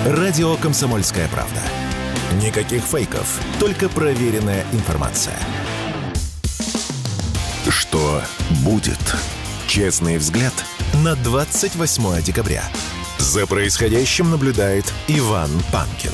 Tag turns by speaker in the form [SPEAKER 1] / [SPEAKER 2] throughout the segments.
[SPEAKER 1] Радио «Комсомольская правда». Никаких фейков, только проверенная информация. Что будет? Честный взгляд на 28 декабря. За происходящим наблюдает Иван Панкин.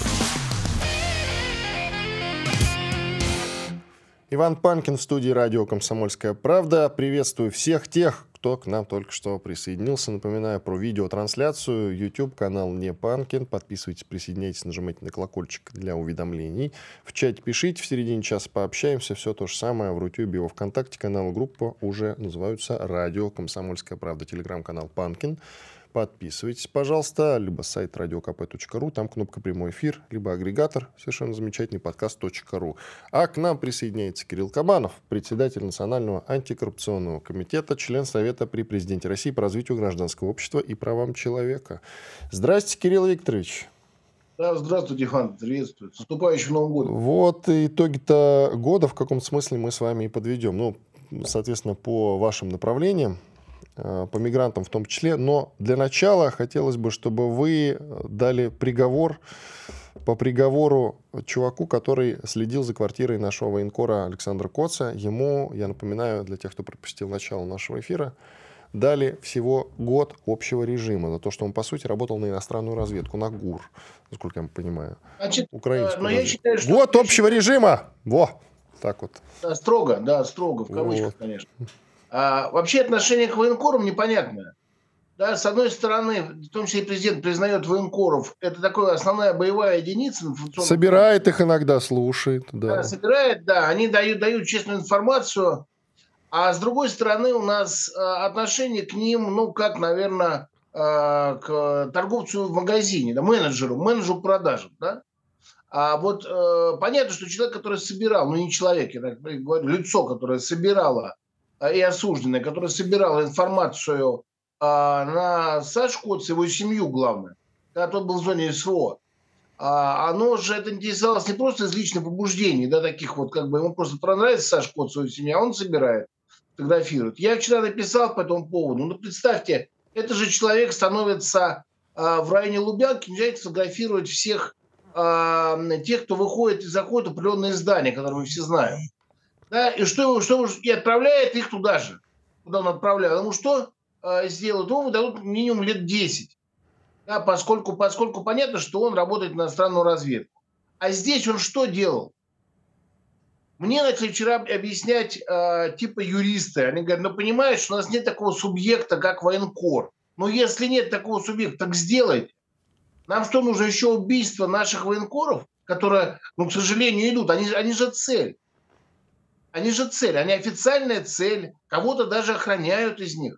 [SPEAKER 2] Иван Панкин в студии радио «Комсомольская правда». Приветствую всех тех, кто к нам только что присоединился. Напоминаю про видеотрансляцию. YouTube-канал «Не Панкин». Подписывайтесь, присоединяйтесь, нажимайте на колокольчик для уведомлений. В чате пишите, в середине часа пообщаемся. Все то же самое в Рутюбе, во Вконтакте. Канал и группа уже называются «Радио Комсомольская правда». Телеграм-канал «Панкин». Подписывайтесь, пожалуйста, либо сайт radiokp.ru, там кнопка «Прямой эфир», либо агрегатор, совершенно замечательный, подкаст.ру. А к нам присоединяется Кирилл Кабанов, председатель Национального антикоррупционного комитета, член Совета при Президенте России по развитию гражданского общества и правам человека. Здрасте, Кирилл Викторович.
[SPEAKER 3] Да, здравствуйте, Иван, приветствую. С наступающим Новым годом.
[SPEAKER 2] Вот итоги-то года в каком-то смысле мы с вами и подведем. Ну, соответственно, по вашим направлениям. По мигрантам в том числе. Но для начала хотелось бы, чтобы вы дали приговор по приговору чуваку, который следил за квартирой нашего военкора Александра Коца. Ему, я напоминаю, для тех, кто пропустил начало нашего эфира, дали всего год общего режима за то, что он, по сути, работал на иностранную разведку, на ГУР, насколько я понимаю.
[SPEAKER 3] Значит,
[SPEAKER 2] украинскую
[SPEAKER 3] я считаю, что...
[SPEAKER 2] Год общего режима! Во! Так вот.
[SPEAKER 3] Да, строго, в кавычках, вот. Конечно. Вообще отношение к военкорам непонятное. Да, с одной стороны, в том числе и президент признает военкоров, это такая основная боевая единица.
[SPEAKER 2] Собирает их иногда, слушает.
[SPEAKER 3] Да, собирает, да, они дают честную информацию. А с другой стороны, у нас отношение к ним, ну, как, наверное, к торговцу в магазине, да, менеджеру продажи, да. А вот понятно, что человек, который собирал, ну, не человек, я так говорю, лицо, которое собирало и осужденная, которая собирала информацию на Сашу Коца, его семью, главное, когда тот был в зоне СВО, оно же это интересовалось не просто из личных побуждений, да, таких вот, как бы, ему просто понравится Саша Коц, свою семью, а он собирает, фотографирует. Я вчера написал по этому поводу, ну, представьте, это же человек становится в районе Лубянки, начинает фотографировать всех тех, кто выходит и заходит в определенные здания, которые мы все знаем. Да, и и отправляет их туда же, куда он отправлял. Ему что сделают? Ему дадут минимум лет 10. Да, поскольку понятно, что он работает на иностранную разведку. А здесь он что делал? Мне начали вчера объяснять типа юристы. Они говорят, ну понимаешь, у нас нет такого субъекта, как военкор. Но если нет такого субъекта, так сделайте. Нам что, нужно еще убийство наших военкоров, которые, ну, к сожалению, идут? Они же цель. Они же цель, они официальная цель, кого-то даже охраняют из них.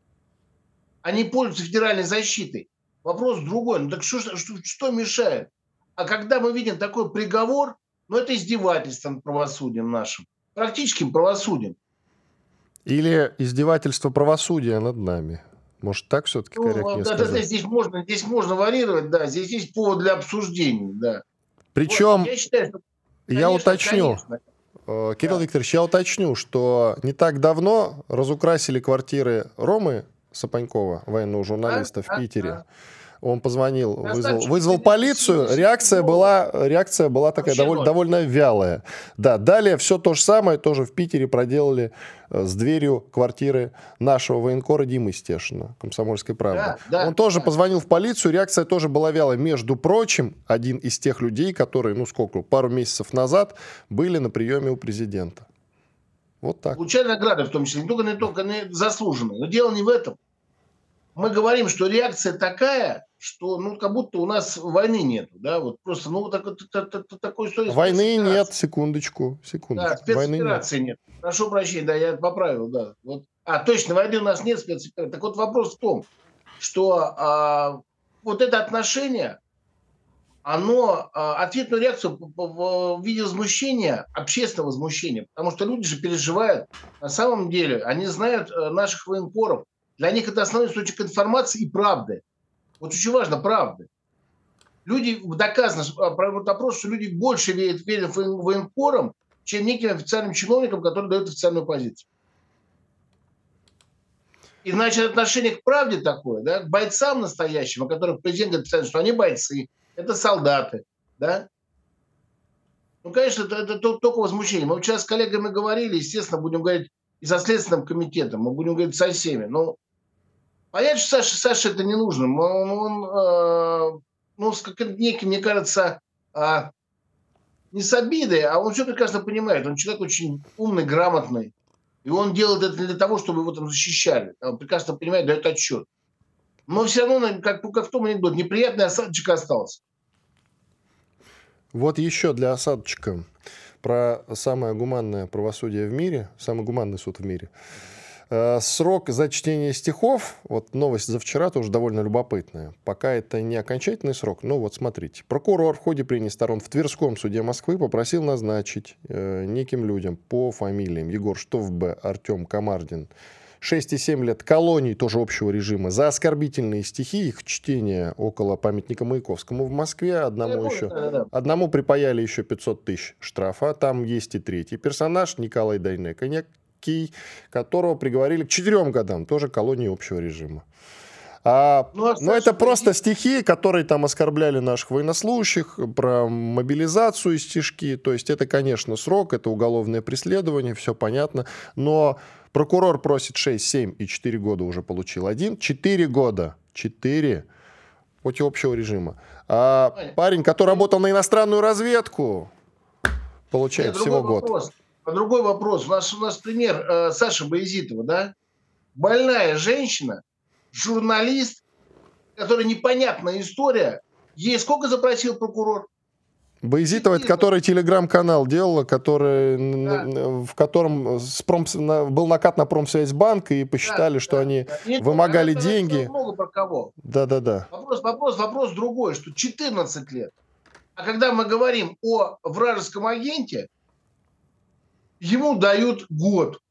[SPEAKER 3] Они пользуются федеральной защитой. Вопрос другой, ну так что мешает? А когда мы видим такой приговор, ну это издевательство над правосудием нашим, практическим правосудием.
[SPEAKER 2] Или издевательство правосудия над нами. Может, так все-таки корректнее сказать?
[SPEAKER 3] Да, здесь можно варьировать, да, здесь есть повод для обсуждений, да.
[SPEAKER 2] Причем,
[SPEAKER 3] вот, я считаю, что, конечно,
[SPEAKER 2] я уточню.
[SPEAKER 3] Конечно.
[SPEAKER 2] Кирилл Викторович, я уточню, что не так давно разукрасили квартиры Ромы Сапанькова, военного журналиста, в Питере. Он позвонил, вызвал полицию. Реакция была такая довольно вялая. Да, далее все то же самое тоже в Питере проделали с дверью квартиры нашего военкора Димы Стешина, «Комсомольской правды». Он тоже позвонил в полицию, реакция тоже была вялая. Между прочим, один из тех людей, которые, пару месяцев назад были на приеме у президента. Вот так.
[SPEAKER 3] Получали награды в том числе, не только заслуженные. Но дело не в этом. Мы говорим, что реакция такая, что как будто у нас войны нету. Да? Вот просто, такой история.
[SPEAKER 2] Войны нет, секундочку.
[SPEAKER 3] Да, спецоперации нет. Прошу прощения, да, я поправил, да. Вот. Точно, войны у нас нет, спецоперации. Так вот вопрос в том, что вот это отношение, оно ответную реакцию в виде возмущения, общественного возмущения, потому что люди же переживают, на самом деле, они знают наших военкоров, для них это основной источник информации и правды. Вот очень важно, правды. Люди, доказано, проводят опрос, что люди больше верят военкорам, чем неким официальным чиновникам, которые дают официальную позицию. И значит, отношение к правде такое, да, к бойцам настоящим, о которых президент говорит, что они бойцы, это солдаты, да? Ну, конечно, это только возмущение. Мы вот сейчас с коллегами говорили, естественно, будем говорить и со Следственным комитетом, мы будем говорить со всеми. Ну, понятно, что Саше это не нужно. Ну, с неким, мне кажется, не с обидой, а он все прекрасно понимает. Он человек очень умный, грамотный. И он делает это не для того, чтобы его там защищали. Он прекрасно понимает, дает отчет. Но все равно, как в том анекдоте, неприятный осадочек остался.
[SPEAKER 2] Вот еще для осадочка про самое гуманное правосудие в мире, самый гуманный суд в мире. Срок за чтение стихов, вот новость за вчера тоже довольно любопытная. Пока это не окончательный срок, но вот смотрите. Прокурор в ходе прений сторон в Тверском суде Москвы попросил назначить неким людям по фамилиям Егор Штоф-Б, Артем Комардин 6,7 лет колоний тоже общего режима за оскорбительные стихи, их чтение около памятника Маяковскому в Москве. Одному припаяли еще 500 тысяч штрафа. Там есть и третий персонаж, Николай Дайнеко, которого приговорили к 4 годам, тоже колонии общего режима. Но это просто стихи, которые там оскорбляли наших военнослужащих, про мобилизацию стишки. То есть это, конечно, срок, это уголовное преследование, все понятно. Но прокурор просит 6, 7 и 4 года уже получил один. 4 года. 4 против общего режима. А парень, который работал на иностранную разведку, получает всего год.
[SPEAKER 3] Другой вопрос. У нас пример Саши Баязитова, да? Больная женщина, журналист, который непонятная история. Ей сколько запросил прокурор?
[SPEAKER 2] Баязитова, это который телеграм-канал делала, в котором был накат на Промсвязьбанк, и посчитали, что они вымогали деньги.
[SPEAKER 3] Много про кого.
[SPEAKER 2] Да.
[SPEAKER 3] Вопрос другой, что 14 лет. А когда мы говорим о вражеском агенте, ему дают год.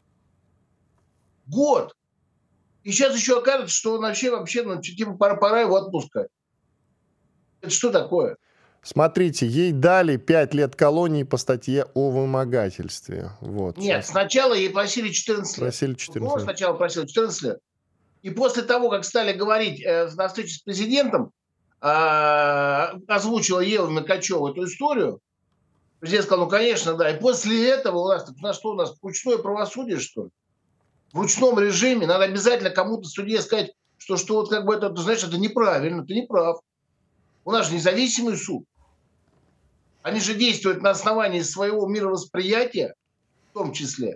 [SPEAKER 3] Год. И сейчас еще окажется, что он вообще типа, пора его отпускать. Это что такое?
[SPEAKER 2] Смотрите, ей дали 5 лет колонии по статье о вымогательстве. Вот,
[SPEAKER 3] нет, сначала ей просили 14 лет. Сначала просили 14 лет. И после того, как стали говорить на встрече с президентом, озвучила Ева Накачева эту историю, президент сказал, ну, конечно, да. И после этого у нас ручное правосудие, что ли? В ручном режиме надо обязательно кому-то в суде сказать, что вот как бы это, ты знаешь, это неправильно, ты не прав. У нас же независимый суд. Они же действуют на основании своего мировосприятия, в том числе.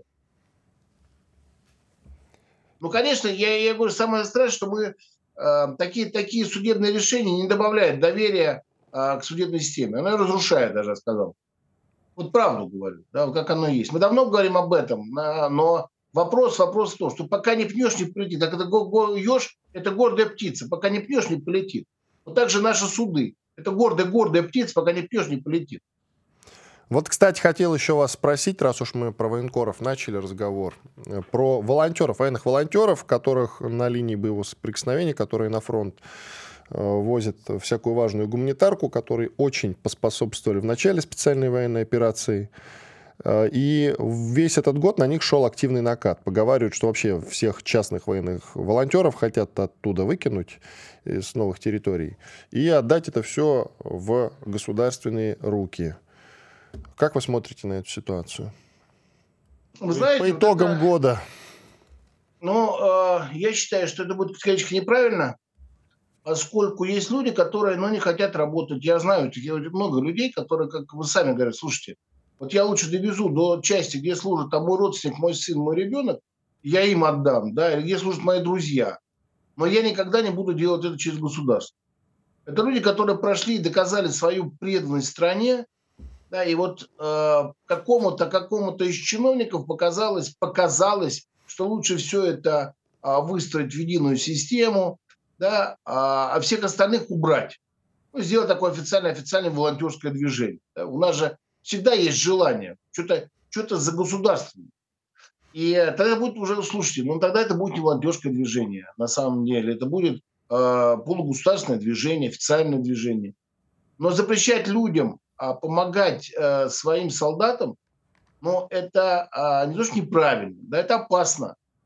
[SPEAKER 3] Ну, конечно, я говорю, самое страшное, что мы такие судебные решения не добавляют доверия к судебной системе. Она ее разрушает, даже я сказал. Вот правду говорю, да, как оно есть. Мы давно говорим об этом, но вопрос в том, что пока не пнешь, не полетит. Как это еж, это гордая птица. Пока не пнешь, не полетит. Вот так же наши суды. Это гордая птица, пока не пнешь, не полетит.
[SPEAKER 2] Вот, кстати, хотел еще вас спросить, раз уж мы про военкоров начали разговор, про волонтеров, военных волонтеров, которых на линии боевого соприкосновения, которые на фронт возят всякую важную гуманитарку, которые очень поспособствовали в начале специальной военной операции. И весь этот год на них шел активный накат. Поговаривают, что вообще всех частных военных волонтеров хотят оттуда выкинуть с новых территорий и отдать это все в государственные руки. Как вы смотрите на эту ситуацию?
[SPEAKER 3] Вы знаете,
[SPEAKER 2] по итогам года.
[SPEAKER 3] Я считаю, что это будет, конечно, неправильно, поскольку есть люди, которые не хотят работать. Я знаю много людей, которые, как вы сами говорите, слушайте, вот я лучше довезу до части, где служит там мой родственник, мой сын, мой ребенок, я им отдам, да, или где служат мои друзья. Но я никогда не буду делать это через государство. Это люди, которые прошли и доказали свою преданность стране, да, и вот какому-то из чиновников показалось, что лучше все это выстроить в единую систему, да, а всех остальных убрать. Сделать такое официальное волонтерское движение. Да. У нас же всегда есть желание что-то за государством. И тогда будет уже, слушайте, тогда это будет не волонтерское движение, на самом деле. Это будет полугосударственное движение, официальное движение. Но запрещать людям помогать своим солдатам, это не то, что неправильно, да, это опасно.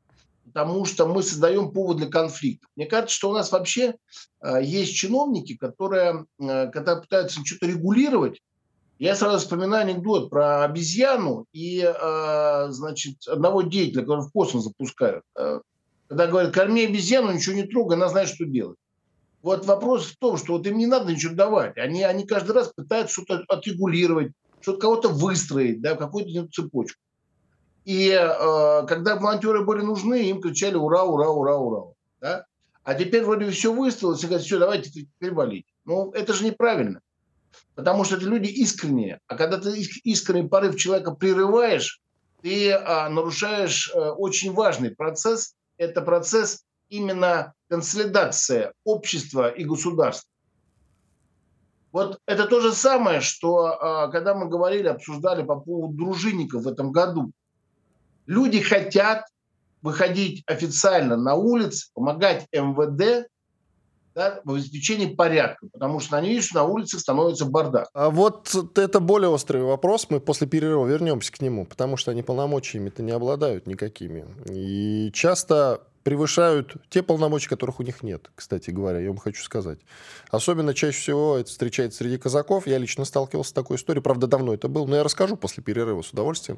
[SPEAKER 3] потому что мы создаем повод для конфликта. Мне кажется, что у нас вообще есть чиновники, которые, когда пытаются что-то регулировать, я сразу вспоминаю анекдот про обезьяну и, значит, одного деятеля, который в космос запускают. Когда говорят, корми обезьяну, ничего не трогай, она знает, что делать. Вот вопрос в том, что вот им не надо ничего давать. Они каждый раз пытаются что-то отрегулировать, что-то кого-то выстроить, да, какую-то цепочку. И когда волонтеры были нужны, им кричали «Ура, ура, ура, ура!». Да? А теперь вроде все выстроилось, и говорят, все, давайте теперь валить. Ну, это же неправильно. Потому что это люди искренние. А когда ты искренний порыв человека прерываешь, ты нарушаешь очень важный процесс. Это процесс именно консолидации общества и государства. Вот это то же самое, что когда мы говорили, обсуждали по поводу дружинников в этом году. Люди хотят выходить официально на улицы, помогать МВД, да, в обеспечении порядка, потому что они видят, что на улицах становится бардак.
[SPEAKER 2] А вот это более острый вопрос. Мы после перерыва вернемся к нему, потому что они полномочиями-то не обладают никакими. И часто превышают те полномочия, которых у них нет, кстати говоря, я вам хочу сказать. Особенно чаще всего это встречается среди казаков. Я лично сталкивался с такой историей. Правда, давно это было, но я расскажу после перерыва с удовольствием.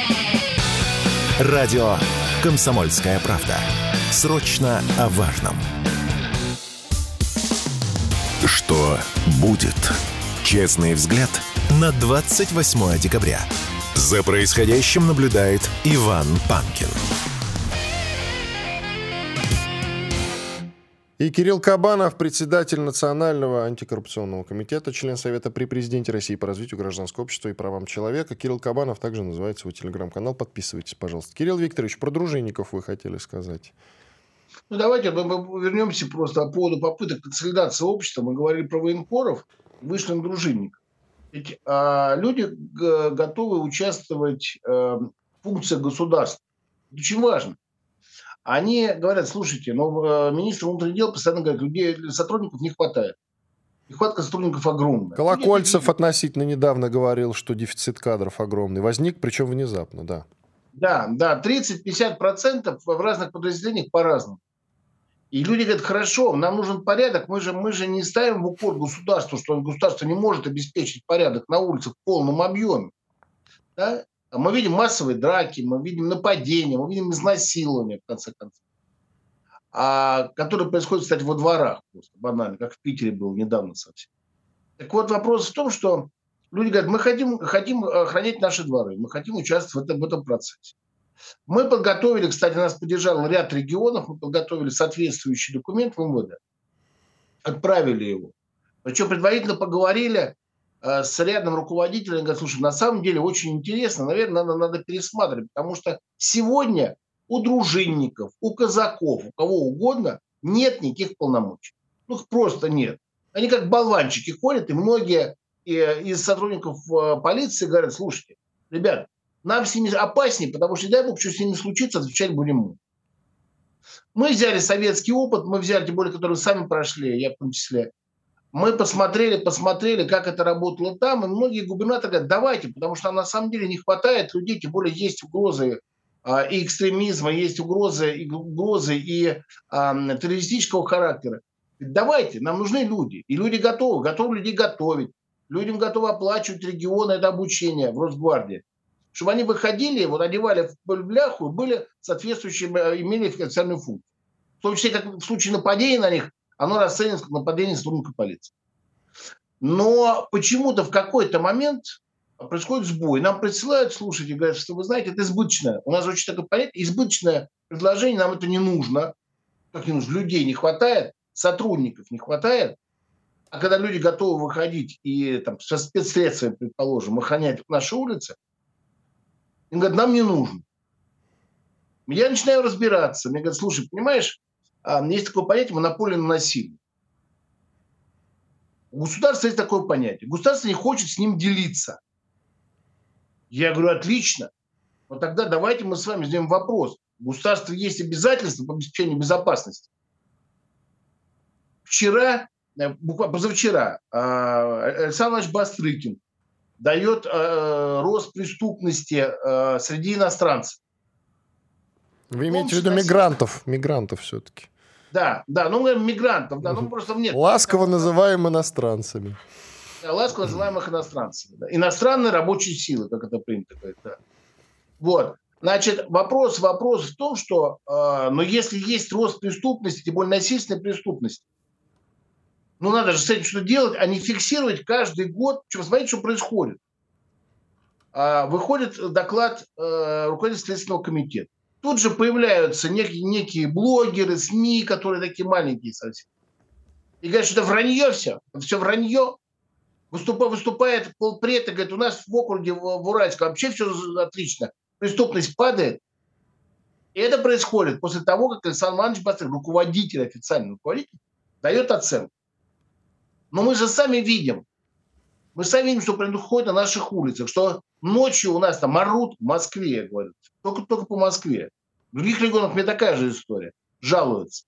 [SPEAKER 1] Радио «Комсомольская правда». Срочно о важном. Что будет? Честный взгляд на 28 декабря. За происходящим наблюдает Иван Панкин.
[SPEAKER 2] И Кирилл Кабанов, председатель Национального антикоррупционного комитета, член Совета при Президенте России по развитию гражданского общества и правам человека. Кирилл Кабанов, также называется его телеграм-канал. Подписывайтесь, пожалуйста. Кирилл Викторович, про дружинников вы хотели сказать.
[SPEAKER 3] Ну, давайте мы вернемся просто по поводу попыток консолидации общества. Мы говорили про военкоров, вышли на дружинников. Ведь люди готовы участвовать в функциях государства. Это очень важно. Они говорят, слушайте, министр внутренних дел постоянно говорит, людей, сотрудников не хватает. Нехватка сотрудников огромная.
[SPEAKER 2] Колокольцев относительно недавно говорил, что дефицит кадров огромный. Возник, причем внезапно, да.
[SPEAKER 3] Да, 30-50% в разных подразделениях по-разному. И люди говорят, хорошо, нам нужен порядок, мы же не ставим в упор государству, что государство не может обеспечить порядок на улицах в полном объеме. Да? Мы видим массовые драки, мы видим нападения, мы видим изнасилования, в конце концов, которые происходят, кстати, во дворах, просто банально, как в Питере было недавно совсем. Так вот, вопрос в том, что люди говорят, мы хотим охранять наши дворы, мы хотим участвовать в этом процессе. Мы подготовили, кстати, нас поддержал ряд регионов, мы подготовили соответствующий документ в МВД, отправили его. Причем предварительно поговорили с рядом руководителем, говорят, слушай, на самом деле очень интересно, наверное, надо пересматривать, потому что сегодня у дружинников, у казаков, у кого угодно нет никаких полномочий. Ну, их просто нет. Они как болванчики ходят, и многие из сотрудников полиции говорят, слушайте, ребят, нам с ними опаснее, потому что, дай бог, что с ними случится, отвечать будем мы. Мы взяли советский опыт, мы взяли, тем более, который сами прошли, я в том числе. Мы посмотрели, как это работало там, и многие губернаторы говорят, давайте, потому что на самом деле не хватает людей, тем более есть угрозы и экстремизма, есть угрозы и террористического характера. Давайте, нам нужны люди, и люди готовы людей готовить, людям готовы оплачивать регионы это обучение в Росгвардии, чтобы они выходили, вот одевали в бляху, были соответствующие, имели официальную функцию. В том числе, как в случае нападения на них, оно расценивается как нападение сотрудника полиции. Но почему-то в какой-то момент происходит сбой. Нам присылают, слушайте, говорят, что вы знаете, это избыточное. У нас очень такое понятие, избыточное предложение, нам это не нужно. Как не нужно? Людей не хватает, сотрудников не хватает. А когда люди готовы выходить и там, со спецсредствами, предположим, охранять наши улицы, им говорят, нам не нужно. Я начинаю разбираться. Мне говорят, слушай, понимаешь, есть такое понятие монополия на насилие. У государства есть такое понятие. Государство не хочет с ним делиться. Я говорю, отлично. Но тогда давайте мы с вами сделаем вопрос. У государства есть обязательства по обеспечению безопасности. Позавчера Александр Иванович Бастрыкин дает рост преступности среди иностранцев.
[SPEAKER 2] Вы имеете в виду мигрантов все-таки?
[SPEAKER 3] Да, ну мы говорим мигрантов, да, ну просто нет.
[SPEAKER 2] Ласково называем иностранцами.
[SPEAKER 3] Да, ласково называемых иностранцами. Да. Иностранные рабочие силы, как это принято говорить. Да. Вот. Значит, вопрос в том, что но если есть рост преступности, тем более насильственной преступности, ну надо же с этим что делать, а не фиксировать каждый год. Смотрите, что происходит. Выходит доклад руководителя Следственного комитета. Тут же появляются некие блогеры, СМИ, которые такие маленькие совсем. И говорят, что это вранье все вранье. Выступает полпред и говорит, у нас в округе в Уральском вообще все отлично. Преступность падает. И это происходит после того, как Александр Иванович Бастрыков, руководитель, официальный руководитель, дает оценку. Но мы же сами видим, что происходит на наших улицах, что ночью у нас там орут в Москве, говорят, только по Москве. В других регионах мне такая же история. Жалуются.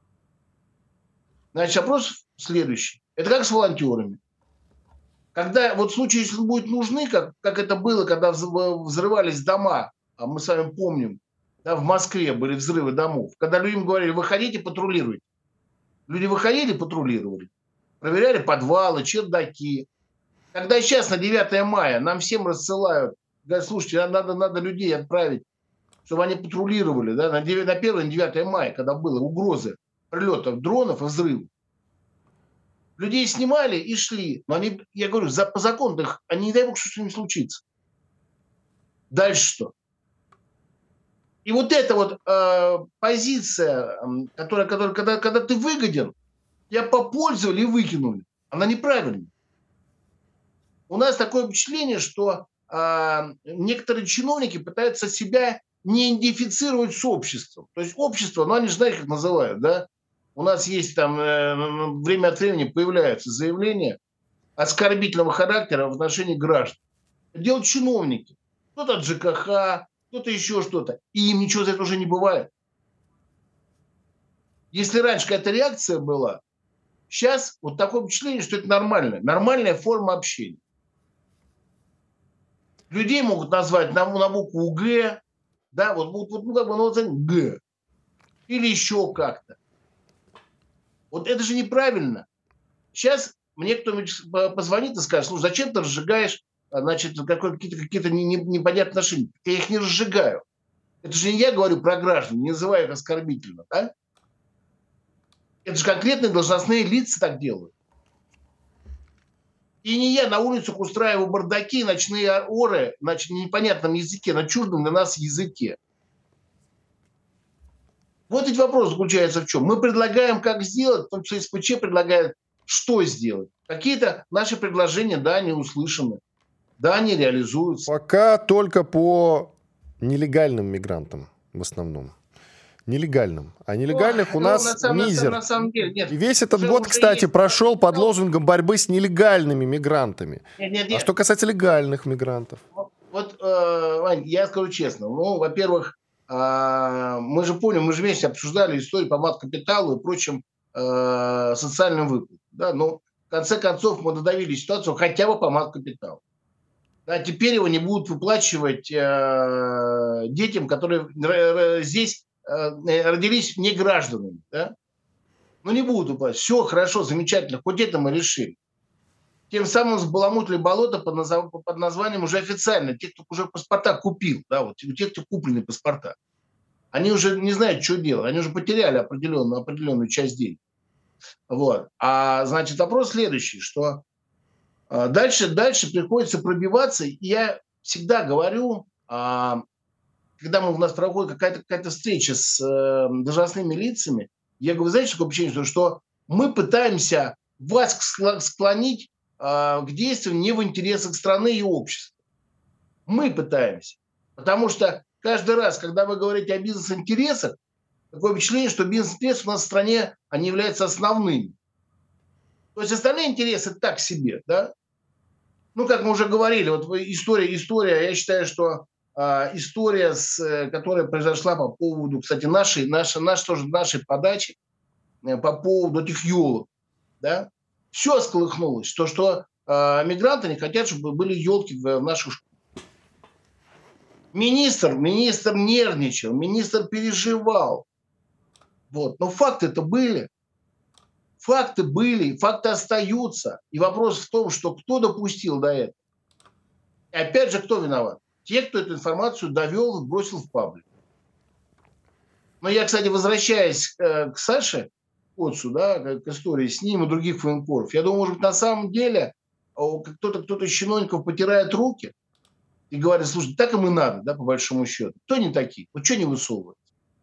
[SPEAKER 3] Значит, вопрос следующий. Это как с волонтерами. Когда вот в случае, если будут нужны, как это было, когда взрывались дома, а мы с вами помним, да, в Москве были взрывы домов, когда людям говорили, выходите, патрулируйте. Люди выходили, патрулировали, проверяли подвалы, чердаки. Когда сейчас на 9 мая нам всем рассылают, говорят, слушайте, надо людей отправить, чтобы они патрулировали, да, на 1 на 9 мая, когда было угрозы прилетов дронов и взрывов. Людей снимали и шли. Но они, я говорю, по закону, они не дай бог, что с ними случится. Дальше что? И вот эта вот позиция, которая когда ты выгоден, тебя попользовали и выкинули, она неправильная. У нас такое впечатление, что некоторые чиновники пытаются себя не идентифицировать с обществом. То есть общество, ну они же знаете, как называют, да? У нас есть там время от времени появляются заявления оскорбительного характера в отношении граждан. Делают чиновники. Кто-то от ЖКХ, кто-то еще что-то. И им ничего за это уже не бывает. Если раньше какая-то реакция была, сейчас вот такое впечатление, что это нормальная форма общения. Людей могут назвать на букву Г, да, Г. Или еще как-то. Вот это же неправильно. Сейчас мне кто-нибудь позвонит и скажет, слушай, зачем ты разжигаешь, значит, какие-то непонятные отношения? Я их не разжигаю. Это же не я говорю про граждан, не называю их оскорбительно, да? Это же конкретные должностные лица так делают. И не я на улицах устраиваю бардаки, ночные оры, значит, на непонятном языке, на чуждом для нас языке. Вот ведь вопрос заключается в чем. Мы предлагаем, как сделать, в том числе СПЧ предлагает, что сделать. Какие-то наши предложения, да, они услышаны, да, они реализуются.
[SPEAKER 2] Пока только по нелегальным мигрантам в основном. Нелегальным. А нелегальных у нас мизер.
[SPEAKER 3] На самом деле, нет.
[SPEAKER 2] И весь этот год, кстати, прошел под лозунгом борьбы с нелегальными мигрантами.
[SPEAKER 3] Нет.
[SPEAKER 2] А что касается легальных мигрантов?
[SPEAKER 3] Вот, Вань, я скажу честно. Ну, во-первых, мы же помним, мы же вместе обсуждали историю по мат-капиталу и прочим социальным выплатам. Да? Но в конце концов мы додавили ситуацию хотя бы по мат-капиталу. Да, теперь его не будут выплачивать детям, которые здесь родились не гражданами. Да? Ну, не будут выплачивать. Все хорошо, замечательно. Хоть это мы решили. Тем самым сбаламутили болото под названием уже официально. Те, кто уже паспорта купил, да, вот те, кто куплены паспорта, они уже не знают, что делать. Они уже потеряли определенную часть денег. Вот. А значит, вопрос следующий, что дальше приходится пробиваться. И я всегда говорю, когда у нас проходит какая-то встреча с должностными лицами, я говорю, знаете, такое ощущение, что мы пытаемся вас склонить к действиям не в интересах страны и общества. Мы пытаемся. Потому что каждый раз, когда вы говорите о бизнес-интересах, такое впечатление, что бизнес-интересы у нас в стране, они являются основными. То есть остальные интересы так себе, да? Ну, как мы уже говорили, вот история, я считаю, что история, которая произошла по поводу, кстати, нашей подачи по поводу этих елок, да? Все сколыхнулось, что мигранты не хотят, чтобы были елки в наших школах. Министр нервничал, министр переживал. Вот. Но факты-то были. Факты были, факты остаются. И вопрос в том, что кто допустил до этого. И опять же, кто виноват? Те, кто эту информацию довел и бросил в паблик. Но я, кстати, возвращаясь к Саше Коцу, да, к истории с ним и других военкоров, я думаю, может быть, на самом деле кто-то из чиновников потирает руки и говорит: слушай, так им и надо, да, по большому счету. Кто они такие? Вот что не высовывают?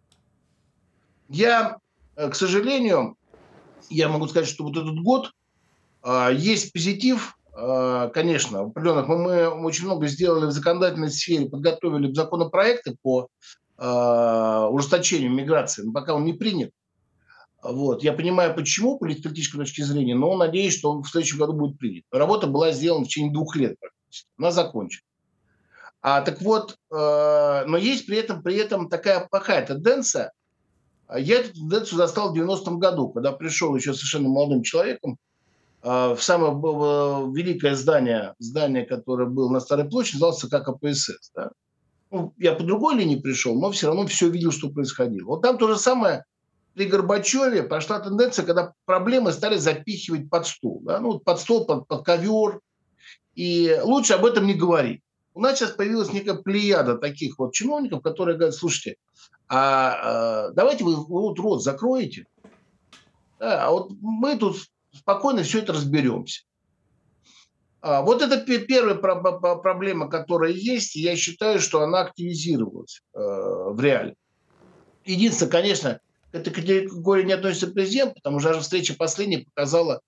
[SPEAKER 3] Я, к сожалению, я могу сказать, что вот этот год есть позитив, конечно, определенных. Мы очень много сделали в законодательной сфере, подготовили законопроекты по ужесточению миграции, но пока он не принят. Вот. Я понимаю, почему, с политической точки зрения, но надеюсь, что он в следующем году будет принят. Работа была сделана в течение 2 лет практически. Она закончена. Так вот, но есть при этом такая плохая тенденция. Я эту тенденцию застал в 90-м году, когда пришел еще совершенно молодым человеком в самое великое здание, которое было на Старой площади, называлось ЦК КПСС. Да? Ну, я по другой линии пришел, но все равно все видел, что происходило. Вот там то же самое при Горбачеве пошла тенденция, когда проблемы стали запихивать под стол. Да? Ну, под стол, под ковер. И лучше об этом не говорить. У нас сейчас появилась некая плеяда таких вот чиновников, которые говорят: слушайте, давайте вы вот рот закроете, да, а вот мы тут спокойно все это разберемся. Вот это первая проблема, которая есть, и я считаю, что она активизировалась в реале. Единственное, конечно, к этой категории не относится президент, потому что даже встреча последняя показала,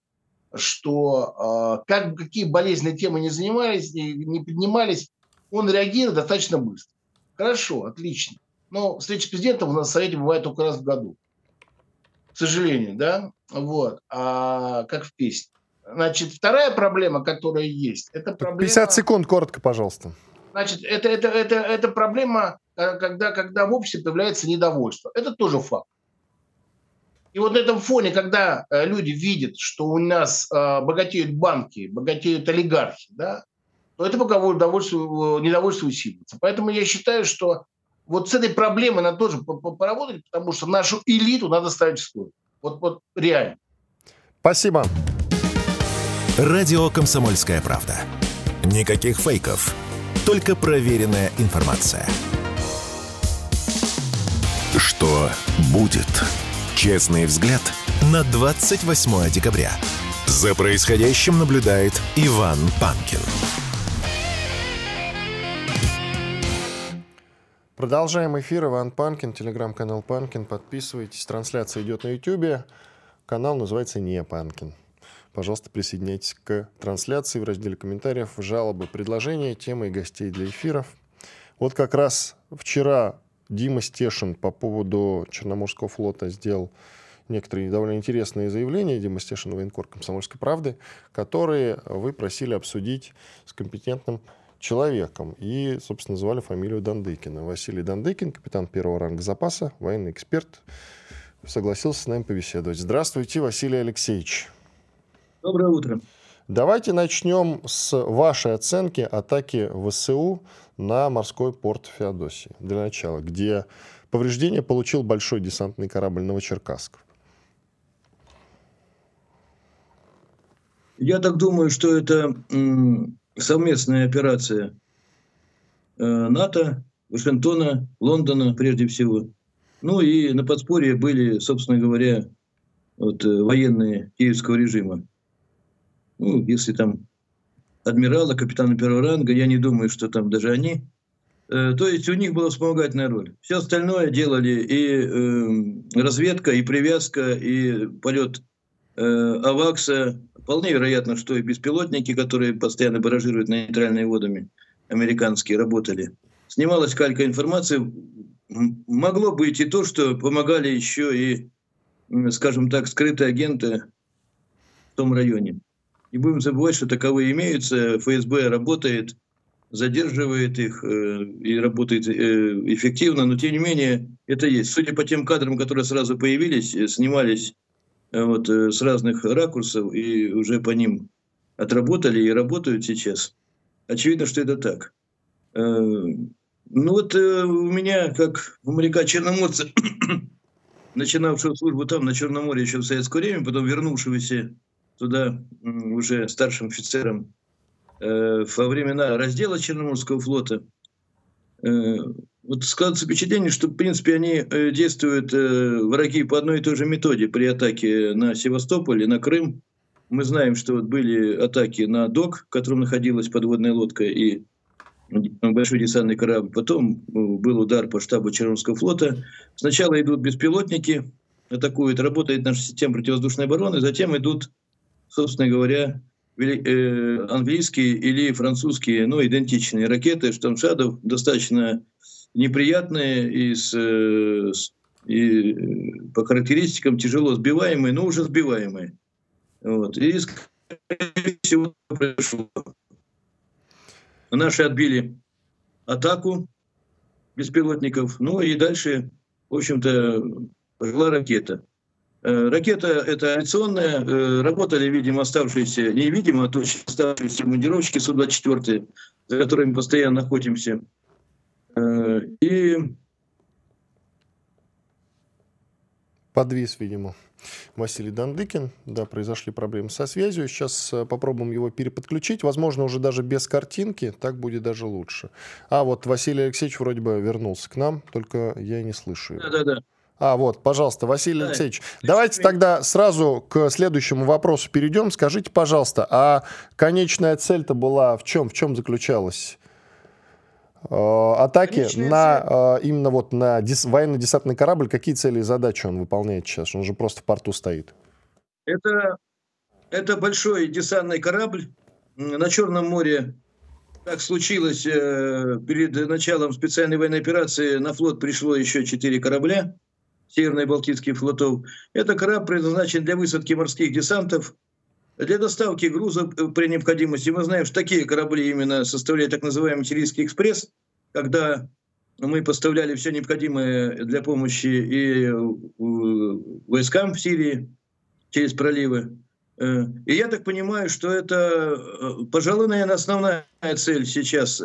[SPEAKER 3] что какие болезненные темы не занимались, не поднимались, он реагирует достаточно быстро. Хорошо, отлично. Но встреча с президентом у нас в Совете бывает только раз в году. К сожалению, да? Вот. Как в песне. Значит, вторая проблема, которая есть, это проблема...
[SPEAKER 2] 50 секунд, коротко, пожалуйста.
[SPEAKER 3] Значит, это проблема, когда в обществе появляется недовольство. Это тоже факт. И вот на этом фоне, когда люди видят, что у нас богатеют банки, богатеют олигархи, да, то это недовольство усиливается. Поэтому я считаю, что вот с этой проблемой надо тоже поработать, потому что нашу элиту надо ставить в слой. Вот реально.
[SPEAKER 2] Спасибо.
[SPEAKER 1] Радио «Комсомольская правда». Никаких фейков, только проверенная информация. Что будет? Честный взгляд на 28 декабря. За происходящим наблюдает Иван Панкин.
[SPEAKER 2] Продолжаем эфир. Иван Панкин, телеграм-канал Панкин. Подписывайтесь. Трансляция идет на Ютьюбе. Канал называется «Не Панкин». Пожалуйста, присоединяйтесь к трансляции в разделе комментариев, жалобы, предложения, темы и гостей для эфиров. Вот как раз вчера Дима Стешин по поводу Черноморского флота сделал некоторые довольно интересные заявления. Дима Стешин, военкор «Комсомольской правды», которые вы просили обсудить с компетентным человеком. И, собственно, называли фамилию Дандыкина. Василий Дандыкин, капитан 1-го ранга запаса, военный эксперт, согласился с нами побеседовать. Здравствуйте, Василий Алексеевич.
[SPEAKER 4] Доброе утро.
[SPEAKER 2] Давайте начнем с вашей оценки атаки ВСУ на морской порт Феодосии. Для начала, где повреждения получил большой десантный корабль «Новочеркасск».
[SPEAKER 4] Я так думаю, что это совместная операция НАТО, Вашингтона, Лондона прежде всего. Ну и на подспорье были, собственно говоря, военные киевского режима. Ну, если там адмиралы, капитаны 1-го ранга, я не думаю, что там даже они. То есть у них была вспомогательная роль. Все остальное делали и разведка, и привязка, и полет АВАКСа. Вполне вероятно, что и беспилотники, которые постоянно баражируют над нейтральными водами, американские, работали. Снималась калька информации. Могло быть и то, что помогали еще и, скажем так, скрытые агенты в том районе. Не будем забывать, что таковые имеются. ФСБ работает, задерживает их и работает эффективно, но тем не менее это есть. Судя по тем кадрам, которые сразу появились, снимались с разных ракурсов и уже по ним отработали и работают сейчас. Очевидно, что это так. Ну вот у меня, как у моряка-черноморца, начинавшего службу там, на Черном море, еще в советское время, потом вернувшегося туда уже старшим офицером во времена раздела Черноморского флота, вот складывается впечатление, что, в принципе, они действуют, враги, по одной и той же методе при атаке на Севастополь и на Крым. Мы знаем, что вот были атаки на док, в котором находилась подводная лодка и большой десантный корабль. Потом был удар по штабу Черноморского флота. Сначала идут беспилотники, атакуют, работает наша система противовоздушной обороны, затем идут, собственно говоря, английские или французские, ну, идентичные ракеты Storm Shadow, достаточно неприятные и по характеристикам тяжело сбиваемые, но уже сбиваемые. Вот. И, скорее всего, произошло. Наши отбили атаку беспилотников, ну и дальше, в общем-то, пошла ракета. Ракета эта авиационная, работали, видимо, оставшиеся, невидимо, а точно оставшиеся командировщики Су-24, за которыми постоянно охотимся. И
[SPEAKER 2] Подвис, видимо, Василий Дандыкин. Да, произошли проблемы со связью. Сейчас попробуем его переподключить. Возможно, уже даже без картинки. Так будет даже лучше. А вот Василий Алексеевич вроде бы вернулся к нам, только я не слышу его.
[SPEAKER 4] Да.
[SPEAKER 2] А, вот, пожалуйста, Василий Алексеевич, давайте тогда сразу к следующему вопросу перейдем. Скажите, пожалуйста, а конечная цель-то была в чем? В чем заключалась? Атаки на именно вот на военно-десантный корабль. Какие цели и задачи он выполняет сейчас? Он же просто в порту стоит.
[SPEAKER 4] Это большой десантный корабль на Черном море. Так случилось, перед началом специальной военной операции на флот пришло еще 4 корабля Северно-Балтийских флотов. Это корабль предназначен для высадки морских десантов, для доставки грузов при необходимости. Мы знаем, что такие корабли именно составляют так называемый Сирийский экспресс, когда мы поставляли все необходимое для помощи и войскам в Сирии через проливы. И я так понимаю, что это, пожалуй, наверное, основная цель сейчас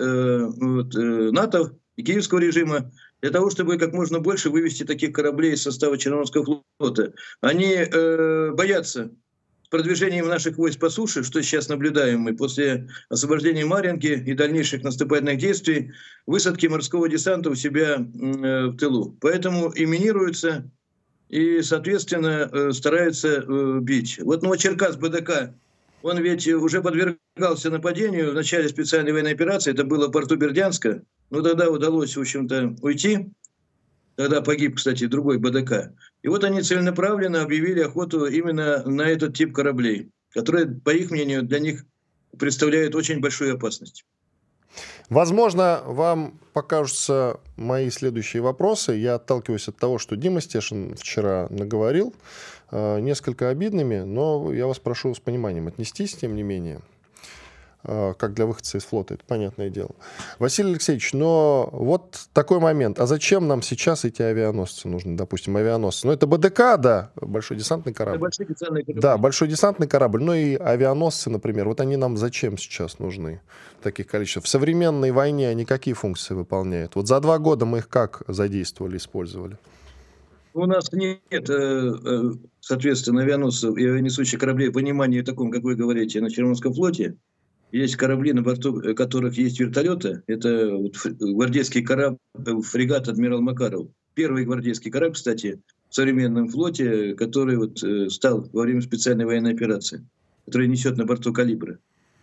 [SPEAKER 4] НАТО и киевского режима, для того, чтобы как можно больше вывести таких кораблей из состава Черноморского флота. Они боятся с продвижением наших войск по суше, что сейчас наблюдаем мы после освобождения Марьинки и дальнейших наступательных действий, высадки морского десанта у себя в тылу. Поэтому и минируются, и, соответственно, стараются бить. Вот Новочеркасск БДК, он ведь уже подвергался нападению в начале специальной военной операции, это было в порту Бердянска, но тогда удалось, в общем-то, уйти. Тогда погиб, кстати, другой БДК. И вот они целенаправленно объявили охоту именно на этот тип кораблей, которые, по их мнению, для них представляют очень большую опасность.
[SPEAKER 2] Возможно, вам покажутся мои следующие вопросы. Я отталкиваюсь от того, что Дима Стешин вчера наговорил, несколько обидными, но я вас прошу с пониманием отнестись, тем не менее, как для выходца из флота, это понятное дело. Василий Алексеевич, но вот такой момент. А зачем нам сейчас эти авианосцы нужны, допустим, авианосцы? Ну, это БДК, да, большой десантный корабль.
[SPEAKER 4] Это большой десантный корабль.
[SPEAKER 2] Да, большой десантный корабль. Ну и авианосцы, например. Вот они нам зачем сейчас нужны в таких количествах? В современной войне они какие функции выполняют? Вот за 2 года мы их как задействовали, использовали?
[SPEAKER 4] У нас нет, соответственно, авианосцев и авианесущих кораблей в понимании таком, как вы говорите, на Черноморском флоте. Есть корабли, на борту которых есть вертолеты. Это вот гвардейский корабль, фрегат «Адмирал Макаров». Первый гвардейский корабль, кстати, в современном флоте, который вот стал во время специальной военной операции, который несет на борту калибры.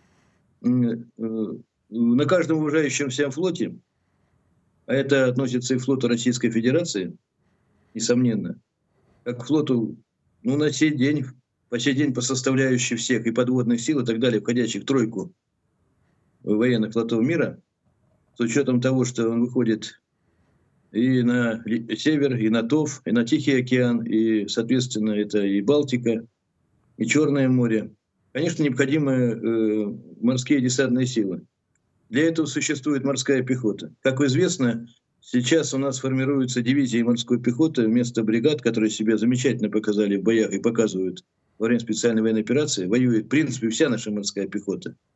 [SPEAKER 4] На каждом уважающемся флоте, а это относится и к флоту Российской Федерации, несомненно, как к флоту, ну, на сей день, по сей день по составляющей всех и подводных сил и так далее, входящих в тройку военных флотов мира, с учетом того, что он выходит и на север, и на ТОВ, и на Тихий океан, и, соответственно, это и Балтика, и Черное море. Конечно, необходимы морские десантные силы. Для этого существует морская пехота. Как известно, сейчас у нас формируются дивизии морской пехоты вместо бригад, которые себя замечательно показали в боях и показывают во время специальной военной операции. Воюет, в принципе, вся наша морская пехота.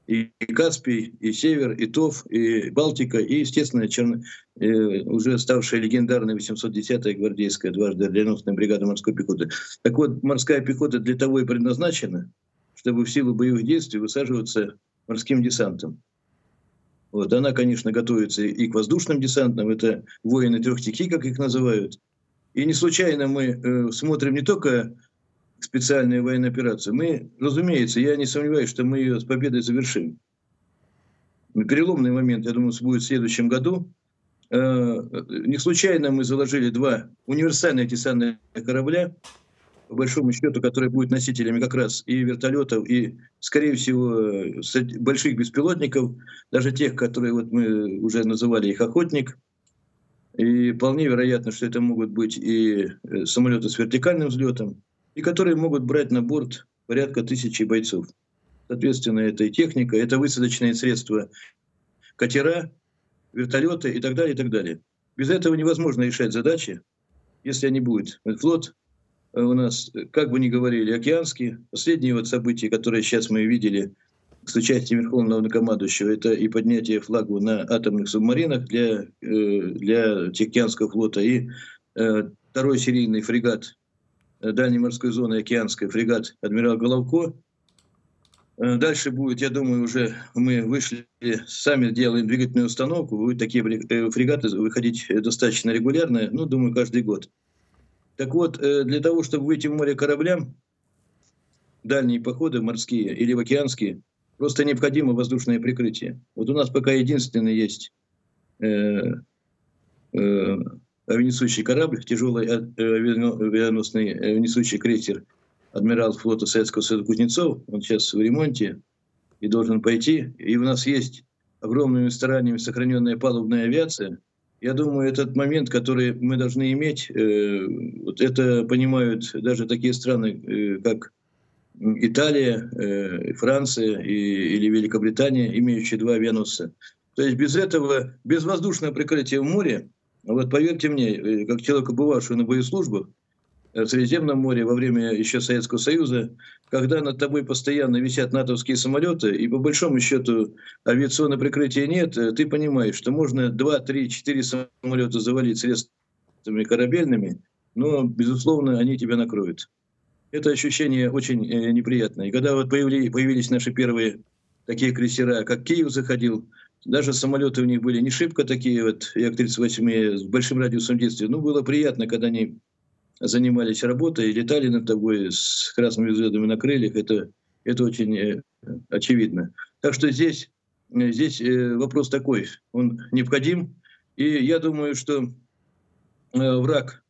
[SPEAKER 4] И Каспий, и Север, и ТОВ, и Балтика, и, естественно, уже ставшая легендарной 810-я гвардейская дважды орденоносная бригада морской пехоты. Так вот, морская пехота для того и предназначена, чтобы в силу боевых действий высаживаться морским десантом. Вот, она, конечно, готовится и к воздушным десантам, это воины трех стихий, как их называют. И не случайно мы смотрим не только специальную военную операцию. Мы, разумеется, я не сомневаюсь, что мы ее с победой завершим. Переломный момент, я думаю, будет в следующем году. Не случайно мы заложили 2 универсальных десантных корабля, по большому счету, которые будут носителями как раз и вертолетов, и, скорее всего, больших беспилотников, даже тех, которые вот мы уже называли их «Охотник». И вполне вероятно, что это могут быть и самолеты с вертикальным взлетом, и которые могут брать на борт порядка 1000 бойцов. Соответственно, это и техника, это высадочные средства, катера, вертолеты и так далее, и так далее. Без этого невозможно решать задачи, если они будут. Флот у нас, как бы ни говорили, океанский. Последние вот события, которые сейчас мы видели с участием Верховного Главнокомандующего, это и поднятие флагу на атомных субмаринах для Тихоокеанского флота, и второй серийный фрегат дальней морской зоны океанской, фрегат «Адмирал Головко». Дальше будет, я думаю, уже мы вышли, сами делаем двигательную установку, будут такие фрегаты выходить достаточно регулярно, ну, думаю, каждый год. Так вот, для того, чтобы выйти в море кораблям, дальние походы морские или в океанские, просто необходимо воздушное прикрытие. Вот у нас пока единственный есть авианесущий корабль, тяжелый авианосный авианесущий крейсер адмирал флота Советского Союза Кузнецов. Он сейчас в ремонте и должен пойти. И у нас есть огромными стараниями сохраненная палубная авиация. Я думаю, этот момент, который мы должны иметь, вот это понимают даже такие страны, как Италия, Франция или Великобритания, имеющие 2 авианосца. То есть без этого, без воздушного прикрытия в море, вот поверьте мне, как человеку, бывавшему на боеслужбах в Средиземном море во время еще Советского Союза, когда над тобой постоянно висят натовские самолеты, и по большому счету авиационного прикрытия нет, ты понимаешь, что можно 2, 3, 4 самолета завалить средствами корабельными, но, безусловно, они тебя накроют. Это ощущение очень неприятное. И когда вот появились наши первые такие крейсера, как Киев заходил, даже самолеты у них были не шибко такие, вот Як-38 с большим радиусом действия. Ну, было приятно, когда они занимались работой, летали над тобой с красными звездами на крыльях. Это очень очевидно. Так что здесь вопрос такой, он необходим. И я думаю, что враг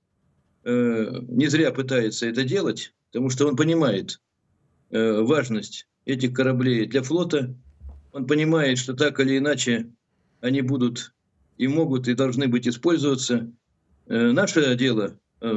[SPEAKER 4] не зря пытается это делать, потому что он понимает важность этих кораблей для флота. Он понимает, что так или иначе они будут и могут, и должны быть использоваться. Наше дело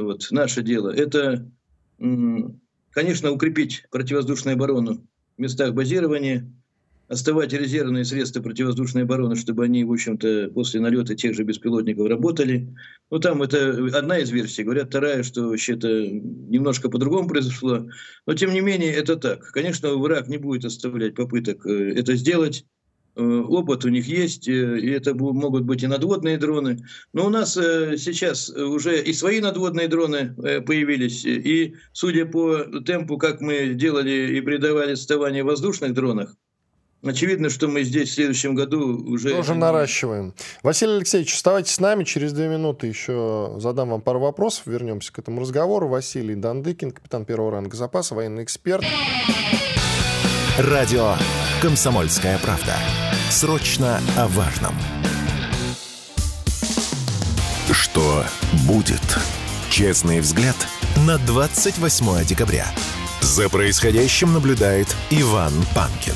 [SPEAKER 4] это, конечно, укрепить противовоздушную оборону в местах базирования, оставать резервные средства противовоздушной обороны, чтобы они, в общем-то, после налета тех же беспилотников работали. Ну, там это одна из версий. Говорят, вторая, что вообще-то немножко по-другому произошло. Но, тем не менее, это так. Конечно, враг не будет оставлять попыток это сделать. Опыт у них есть, и это могут быть и надводные дроны. Но у нас сейчас уже и свои надводные дроны появились. И, судя по темпу, как мы делали и придавали отставание в воздушных дронах, очевидно, что мы здесь в следующем году уже...
[SPEAKER 2] Тоже наращиваем. Василий Алексеевич, оставайтесь с нами. Через 2 минуты еще задам вам пару вопросов. Вернемся к этому разговору. Василий Дандыкин, капитан 1-го ранга запаса, военный эксперт.
[SPEAKER 1] Радио «Комсомольская правда». Срочно о важном. Что будет? Честный взгляд на 28 декабря. За происходящим наблюдает Иван Панкин.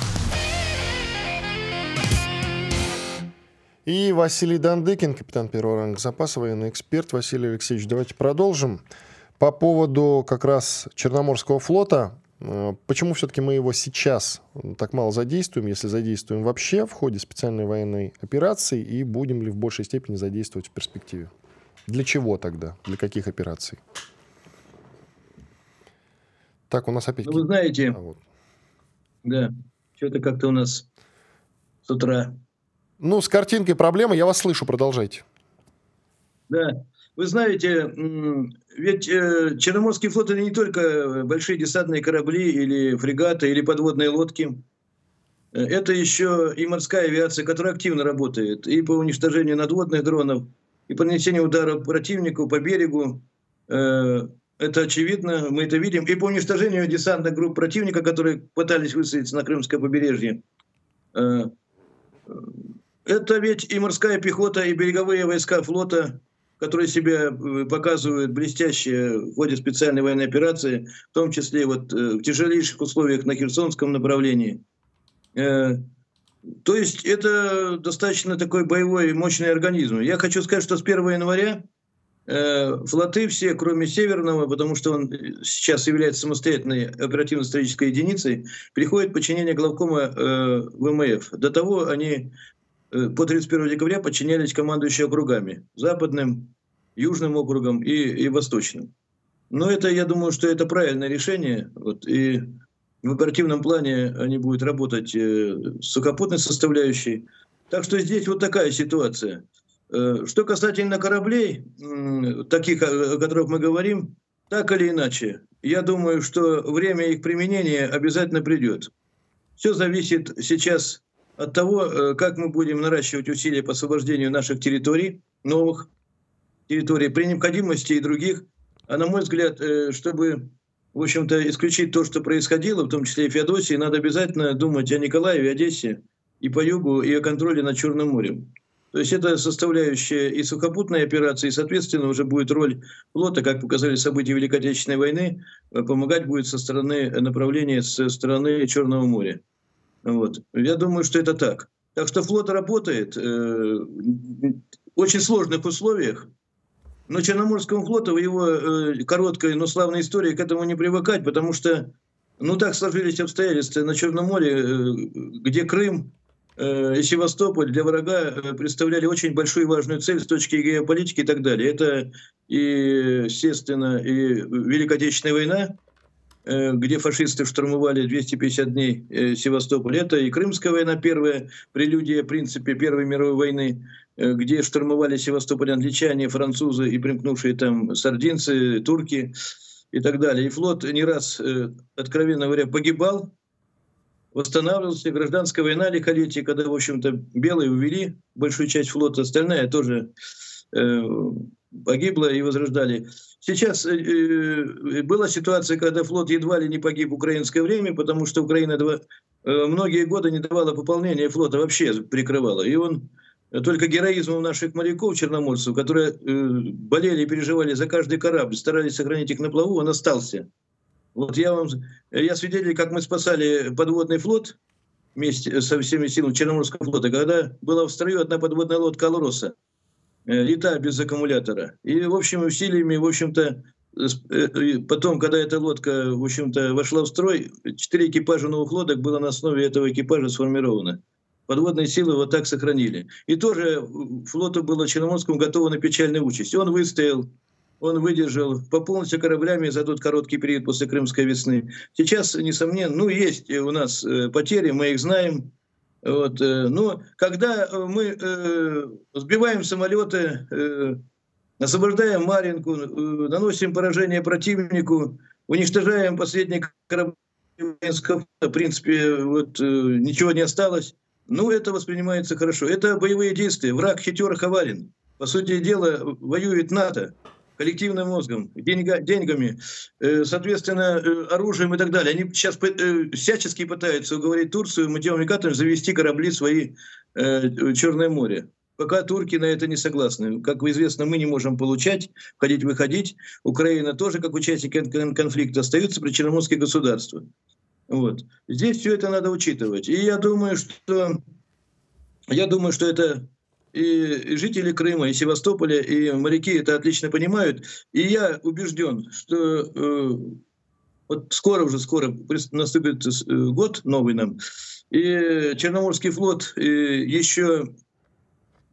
[SPEAKER 2] И Василий Дандыкин, капитан 1-го ранга запаса, военный эксперт. Василий Алексеевич, давайте продолжим. По поводу как раз Черноморского флота. Почему все-таки мы его сейчас так мало задействуем, если задействуем вообще в ходе специальной военной операции, и будем ли в большей степени задействовать в перспективе? Для чего тогда? Для каких операций? Так, у нас опять...
[SPEAKER 4] Ну, вы знаете, да. Что-то как-то у нас с утра.
[SPEAKER 2] Ну, с картинкой проблема, я вас слышу, продолжайте.
[SPEAKER 4] Да, вы знаете, ведь Черноморский флот — это не только большие десантные корабли или фрегаты, или подводные лодки. Это еще и морская авиация, которая активно работает и по уничтожению надводных дронов, и по нанесению удара противнику по берегу. Это очевидно, мы это видим. И по уничтожению десантных групп противника, которые пытались высадиться на Крымское побережье. Это ведь и морская пехота, и береговые войска флота, которые себя показывают блестяще в ходе специальной военной операции, в том числе вот в тяжелейших условиях на Херсонском направлении. То есть это достаточно такой боевой мощный организм. Я хочу сказать, что с 1 января флоты все, кроме Северного, потому что он сейчас является самостоятельной оперативно-стратегической единицей, переходят в подчинение главкома ВМФ. До того они по 31 декабря подчинялись командующим округами. Западным, Южным округом и Восточным. Но это, я думаю, что это правильное решение. Вот, и в оперативном плане они будут работать с сухопутной составляющей. Так что здесь вот такая ситуация. Что касательно кораблей, таких, о которых мы говорим, так или иначе, я думаю, что время их применения обязательно придет. Все зависит сейчас от того, как мы будем наращивать усилия по освобождению наших территорий, новых территорий, при необходимости и других. А на мой взгляд, чтобы, в общем-то, исключить то, что происходило, в том числе и в Феодосии, надо обязательно думать о Николаеве, Одессе и по югу, и о контроле над Черным морем. То есть это составляющая и сухопутной операции, и, соответственно, уже будет роль флота, как показали события Великой Отечественной войны, помогать будет со стороны направления, со стороны Черного моря. Вот. Я думаю, что это так. Так что флот работает в очень сложных условиях, но Черноморскому флоту в его короткой, но славной истории к этому не привыкать, потому что, так сложились обстоятельства на Черном море, где Крым и Севастополь для врага представляли очень большую и важную цель с точки геополитики и так далее. Это, естественно, и Великая Отечественная война, где фашисты штурмовали 250 дней Севастополь. Это и Крымская война, первая прелюдия, в принципе, Первой мировой войны, где штурмовали Севастополь англичане, французы и примкнувшие там сардинцы, турки и так далее. И флот не раз, откровенно говоря, погибал, восстанавливался. Гражданская война лихолетие, когда, в общем-то, белые увели большую часть флота, остальная тоже погибла и возрождали. Сейчас была ситуация, когда флот едва ли не погиб в украинское время, потому что Украина многие годы не давала пополнения флота, вообще прикрывала. И он только героизмом наших моряков, черноморцев, которые болели и переживали за каждый корабль, старались сохранить их на плаву, он остался. Вот я свидетель, как мы спасали подводный флот вместе со всеми силами Черноморского флота, когда была в строю одна подводная лодка «Алроса», и та без аккумулятора. И, в общем, усилиями, в общем-то, потом, когда эта лодка, в общем-то, вошла в строй, 4 экипажа новых лодок было на основе этого экипажа сформировано. Подводные силы вот так сохранили. И тоже флоту было Черноморскому готово на печальную участь. Он выстоял, он выдержал, пополнился кораблями за тот короткий период после Крымской весны. Сейчас, несомненно, есть у нас потери, мы их знаем. Вот, но когда мы сбиваем самолеты, освобождаем Марьинку, наносим поражение противнику, уничтожаем последний корабль, в принципе, вот, ничего не осталось, это воспринимается хорошо. Это боевые действия. Враг хитер и коварен. По сути дела, воюет НАТО коллективным мозгом, деньгами, соответственно, оружием и так далее. Они сейчас всячески пытаются уговорить Турцию, Матео завести корабли свои в Черное море. Пока турки на это не согласны. Как известно, мы не можем получать, входить-выходить. Украина тоже, как участник конфликта, остаются причерноморские государства. Вот. Здесь все это надо учитывать. И я думаю, что это и жители Крыма, и Севастополя, и моряки это отлично понимают. И я убежден, что вот скоро наступит год новый нам, и Черноморский флот еще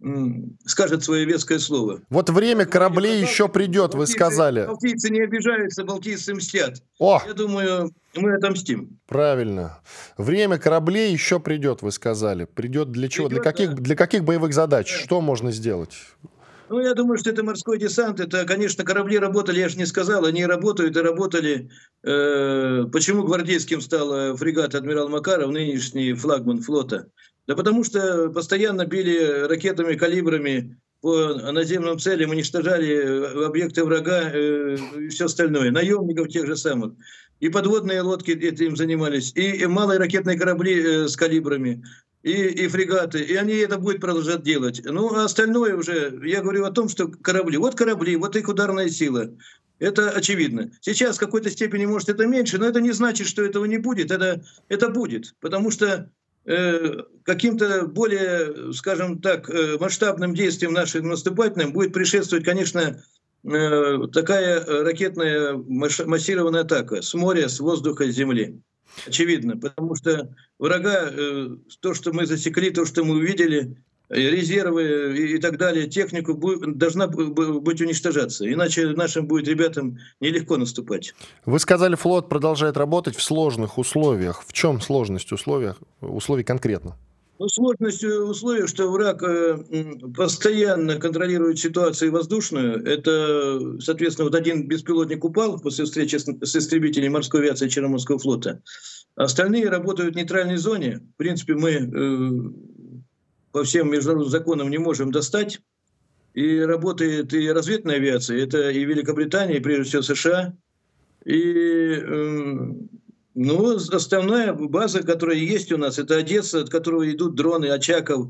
[SPEAKER 4] скажет свое веское слово.
[SPEAKER 2] Вот время кораблей еще придет, вы сказали.
[SPEAKER 4] Балтийцы не обижаются, балтийцы мстят.
[SPEAKER 2] О!
[SPEAKER 4] Я думаю, мы отомстим.
[SPEAKER 2] Правильно. Время кораблей еще придет, вы сказали. Придет для чего?
[SPEAKER 4] Придет,
[SPEAKER 2] Для каких боевых задач? Что можно сделать?
[SPEAKER 4] Ну, я думаю, что это морской десант. Это, конечно, корабли работали, я же не сказал, они работают и работали. Почему гвардейским стал фрегат «Адмирал Макаров», нынешний флагман флота? Да потому что постоянно били ракетами, калибрами по наземным целям, уничтожали объекты врага и все остальное. Наемников тех же самых. И подводные лодки этим занимались, и малые ракетные корабли с калибрами, и фрегаты. И они это будут продолжать делать. Ну, а остальное уже, я говорю о том, что корабли, вот их ударная сила. Это очевидно. Сейчас в какой-то степени, может, это меньше, но это не значит, что этого не будет. Это будет. Потому что каким-то более, скажем так, масштабным действием нашим наступательным будет предшествовать, конечно, такая ракетная массированная атака с моря, с воздуха, с земли. Очевидно, потому что врага, то, что мы засекли, то, что мы увидели, резервы и так далее, технику должна быть уничтожаться. Иначе нашим будет ребятам нелегко наступать.
[SPEAKER 2] Вы сказали, флот продолжает работать в сложных условиях. В чем сложность условий конкретно?
[SPEAKER 4] Ну, сложность условий, что враг постоянно контролирует ситуацию воздушную. Это, соответственно, вот один беспилотник упал после встречи с истребителем морской авиации Черноморского флота. Остальные работают в нейтральной зоне. В принципе, мы по всем международным законам не можем достать. И работает и разведная авиация, это и Великобритания, и прежде всего США. И основная база, которая есть у нас, это Одесса, от которого идут дроны, Очаков,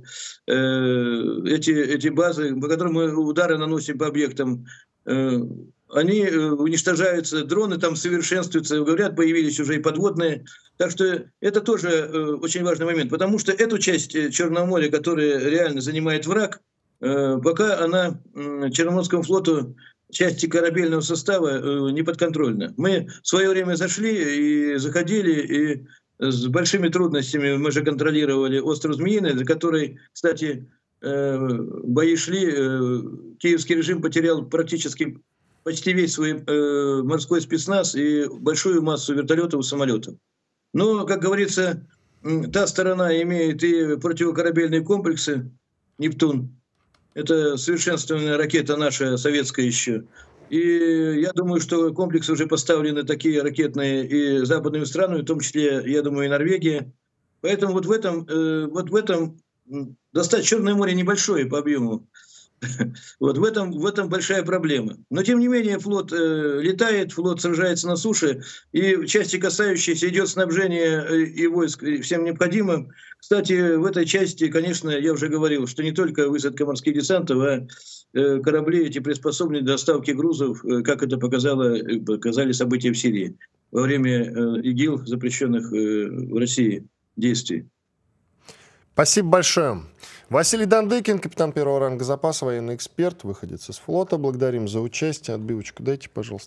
[SPEAKER 4] эти базы, по которым мы удары наносим по объектам, они уничтожаются, дроны там совершенствуются, говорят, появились уже и подводные. Так что это тоже очень важный момент, потому что эту часть Черного моря, которая реально занимает враг, пока она Черноморскому флоту, части корабельного состава не подконтрольна. Мы в свое время зашли и заходили, и с большими трудностями мы же контролировали остров Змеиный, за который, кстати, бои шли, киевский режим потерял практически почти весь свой морской спецназ и большую массу вертолетов и самолетов. Но, как говорится, та сторона имеет и противокорабельные комплексы «Нептун». Это совершенствованная ракета наша, советская еще. И я думаю, что комплексы уже поставлены такие ракетные и западными странами, в том числе, я думаю, и Норвегия. Поэтому вот в этом достать Черное море небольшое по объему. Вот в этом большая проблема. Но, тем не менее, флот летает, флот сражается на суше, и в части, касающейся идет снабжение и войск всем необходимым. Кстати, в этой части, конечно, я уже говорил, что не только высадка морских десантов, а корабли эти приспособлены для доставки грузов, как это показали события в Сирии во время ИГИЛ, запрещенных в России действий.
[SPEAKER 2] Спасибо большое. Василий Дандыкин, капитан первого ранга запаса, военный эксперт, выходец из флота. Благодарим за участие. Отбивочку дайте, пожалуйста.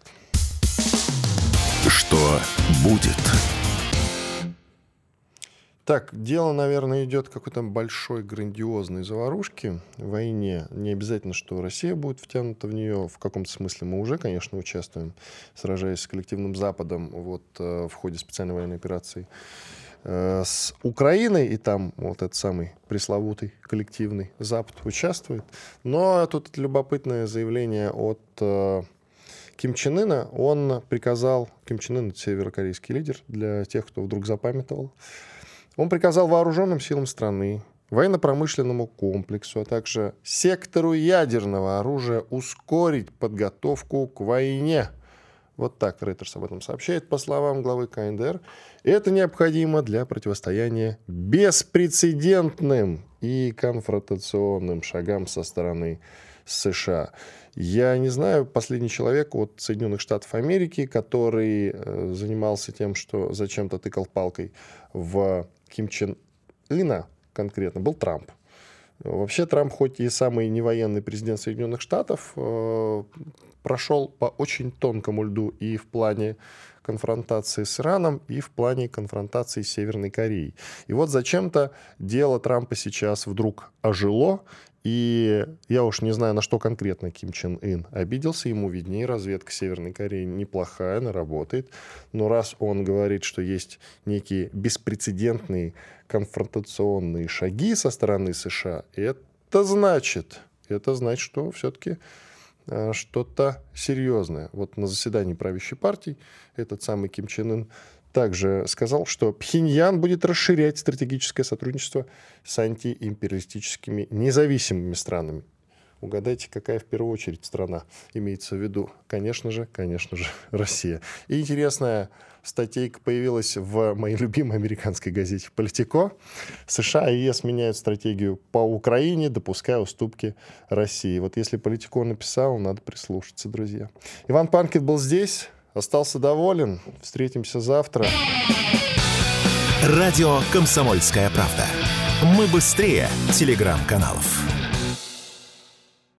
[SPEAKER 1] Что будет?
[SPEAKER 2] Так, дело, наверное, идет какой-то большой, грандиозной заварушки в войне. Не обязательно, что Россия будет втянута в нее. В каком-то смысле мы уже, конечно, участвуем, сражаясь с коллективным Западом в ходе специальной военной операции с Украиной, и там вот этот самый пресловутый коллективный Запад участвует. Но тут любопытное заявление от Ким Чен Ына. Он приказал, Ким Чен Ын — это северокорейский лидер, для тех, кто вдруг запамятовал, он приказал вооруженным силам страны, военно-промышленному комплексу, а также сектору ядерного оружия ускорить подготовку к войне. Вот так Reuters об этом сообщает, по словам главы КНДР. Это необходимо для противостояния беспрецедентным и конфронтационным шагам со стороны США. Я не знаю, последний человек от Соединенных Штатов Америки, который занимался тем, что зачем-то тыкал палкой в Ким Чен Ына конкретно, был Трамп. Вообще Трамп, хоть и самый невоенный президент Соединенных Штатов, прошел по очень тонкому льду и в плане конфронтации с Ираном и в плане конфронтации с Северной Кореей. И вот зачем-то дело Трампа сейчас вдруг ожило, и я уж не знаю, на что конкретно Ким Чен Ын обиделся, ему виднее, разведка Северной Кореи неплохая, она работает. Но раз он говорит, что есть некие беспрецедентные конфронтационные шаги со стороны США, это значит, что все-таки что-то серьезное. Вот на заседании правящей партии этот самый Ким Чен Ын также сказал, что Пхеньян будет расширять стратегическое сотрудничество с антиимпериалистическими независимыми странами. Угадайте, какая в первую очередь страна имеется в виду? Конечно же, Россия. И интересная статейка появилась в моей любимой американской газете «Политико». США и ЕС меняют стратегию по Украине, допуская уступки России. Вот если «Политико» написал, надо прислушаться, друзья. Иван Панкин был здесь. Остался доволен. Встретимся завтра.
[SPEAKER 1] Радио «Комсомольская правда». Мы быстрее телеграм-каналов.